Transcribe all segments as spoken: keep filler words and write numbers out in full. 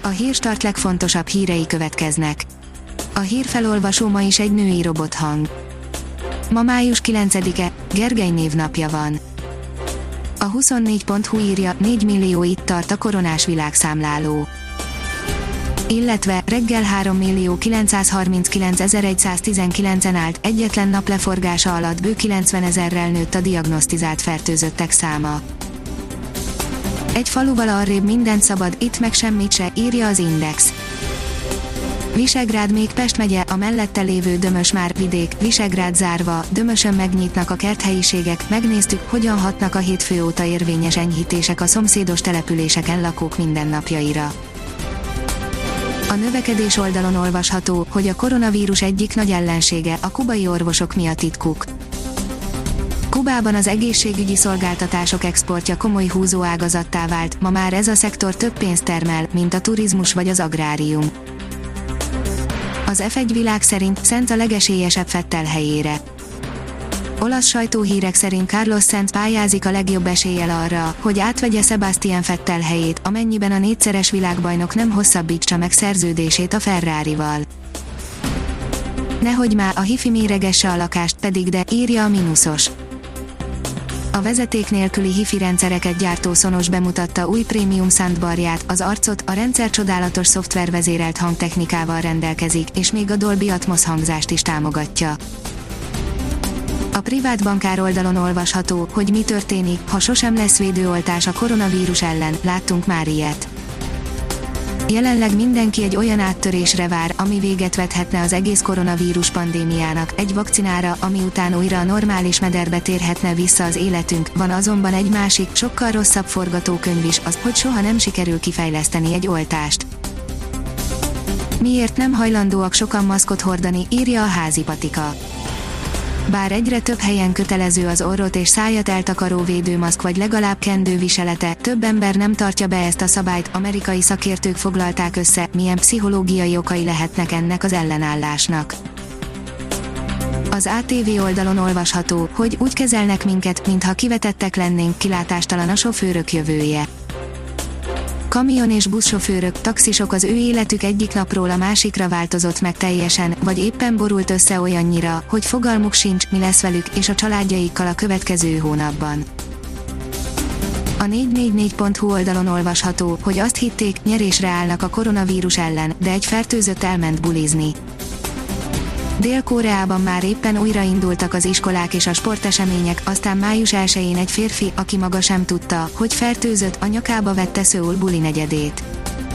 A Hírstart legfontosabb hírei következnek. A hírfelolvasó ma is egy női robothang. Ma május kilencedike, Gergely névnapja van. A huszonnégy pont hu írja, négy millió itt tart a koronás világszámláló. Illetve reggel három millió kilencszázharminckilencezer-száztizenkilencen állt, egyetlen nap leforgása alatt bő kilencvenezerrel nőtt a diagnosztizált fertőzöttek száma. Egy faluval arrébb mindent szabad, itt meg semmit se, írja az Index. Visegrád még Pest megye, a mellette lévő Dömös már vidék, Visegrád zárva, Dömösön megnyitnak a kerthelyiségek, megnéztük, hogyan hatnak a hétfő óta érvényes enyhítések a szomszédos településeken lakók mindennapjaira. A növekedés oldalon olvasható, hogy a koronavírus egyik nagy ellensége, a kubai orvosok mi a titkuk. Kubában az egészségügyi szolgáltatások exportja komoly húzóágazattá vált, ma már ez a szektor több pénzt termel, mint a turizmus vagy az agrárium. Az ef egy világ szerint Sainz a legesélyesebb Vettel helyére. Olasz sajtóhírek szerint Carlos Sainz pályázik a legjobb eséllyel arra, hogy átvegye Sebastian Vettel helyét, amennyiben a négyszeres világbajnok nem hosszabbítsa meg szerződését a Ferrarival. Nehogy már a hifi méregesse a lakást, pedig de, írja a Minusos. A vezeték nélküli hifi rendszereket gyártó Sonos bemutatta új prémium soundbarját, az arcot, a rendszer csodálatos szoftvervezérelt hangtechnikával rendelkezik, és még a Dolby Atmos hangzást is támogatja. A privát bankár oldalon olvasható, hogy mi történik, ha sosem lesz védőoltás a koronavírus ellen, láttunk már ilyet. Jelenleg mindenki egy olyan áttörésre vár, ami véget vethetne az egész koronavírus pandémiának, egy vakcinára, ami után újra a normális mederbe térhetne vissza az életünk, van azonban egy másik, sokkal rosszabb forgatókönyv is, az, hogy soha nem sikerül kifejleszteni egy oltást. Miért nem hajlandóak sokan maszkot hordani, írja a Házi Patika. Bár egyre több helyen kötelező az orrot és szájat eltakaró védőmaszk vagy legalább kendő viselete, több ember nem tartja be ezt a szabályt, amerikai szakértők foglalták össze, milyen pszichológiai okai lehetnek ennek az ellenállásnak. Az á té vé oldalon olvasható, hogy úgy kezelnek minket, mintha kivetettek lennénk, kilátástalan a sofőrök jövője. Kamion- és buszsofőrök, taxisok az ő életük egyik napról a másikra változott meg teljesen, vagy éppen borult össze olyannyira, hogy fogalmuk sincs, mi lesz velük és a családjaikkal a következő hónapban. A négy négy négy pont hu oldalon olvasható, hogy azt hitték, nyerésre állnak a koronavírus ellen, de egy fertőzött elment bulizni. Dél-Koreában már éppen újraindultak az iskolák és a sportesemények, aztán május elsején egy férfi, aki maga sem tudta, hogy fertőzött, a nyakába vette Szöul buli negyedét.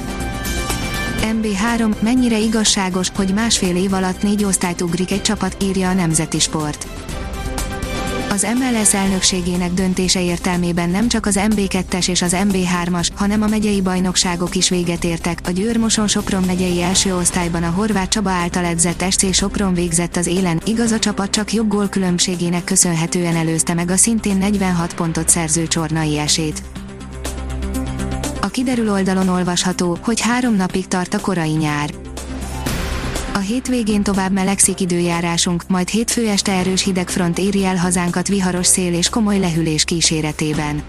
em bé három, mennyire igazságos, hogy másfél év alatt négy osztályt ugrik egy csapat, írja a Nemzeti Sport. Az em el es elnökségének döntése értelmében nem csak az em bé kettes és az em bé hármas, hanem a megyei bajnokságok is véget értek. A Győr-Moson-Sopron megyei első osztályban a Horváth Csaba által edzett es cé Sopron végzett az élen, igaz a csapat csak jobb gólkülönbségének köszönhetően előzte meg a szintén negyvenhat pontot szerző Csornai esét. A Kiderül oldalon olvasható, hogy három napig tart a korai nyár. A hétvégén tovább melegszik időjárásunk, majd hétfő este erős hidegfront éri el hazánkat viharos szél és komoly lehűlés kíséretében.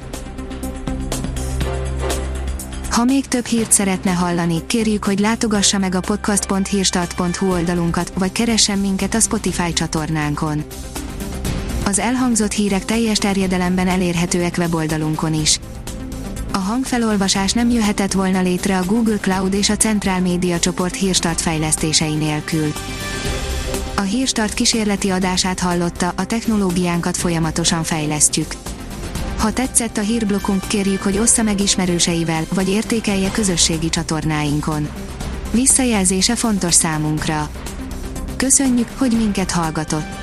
Ha még több hírt szeretne hallani, kérjük, hogy látogassa meg a podcast pont hírstart pont hu oldalunkat, vagy keressen minket a Spotify csatornánkon. Az elhangzott hírek teljes terjedelemben elérhetőek weboldalunkon is. A hangfelolvasás nem jöhetett volna létre a Google Cloud és a Centrál Média csoport Hírstart fejlesztései nélkül. A Hírstart kísérleti adását hallotta, a technológiánkat folyamatosan fejlesztjük. Ha tetszett a hírblokkunk, kérjük, hogy ossza meg ismerőseivel, vagy értékelje közösségi csatornáinkon. Visszajelzése fontos számunkra. Köszönjük, hogy minket hallgatott!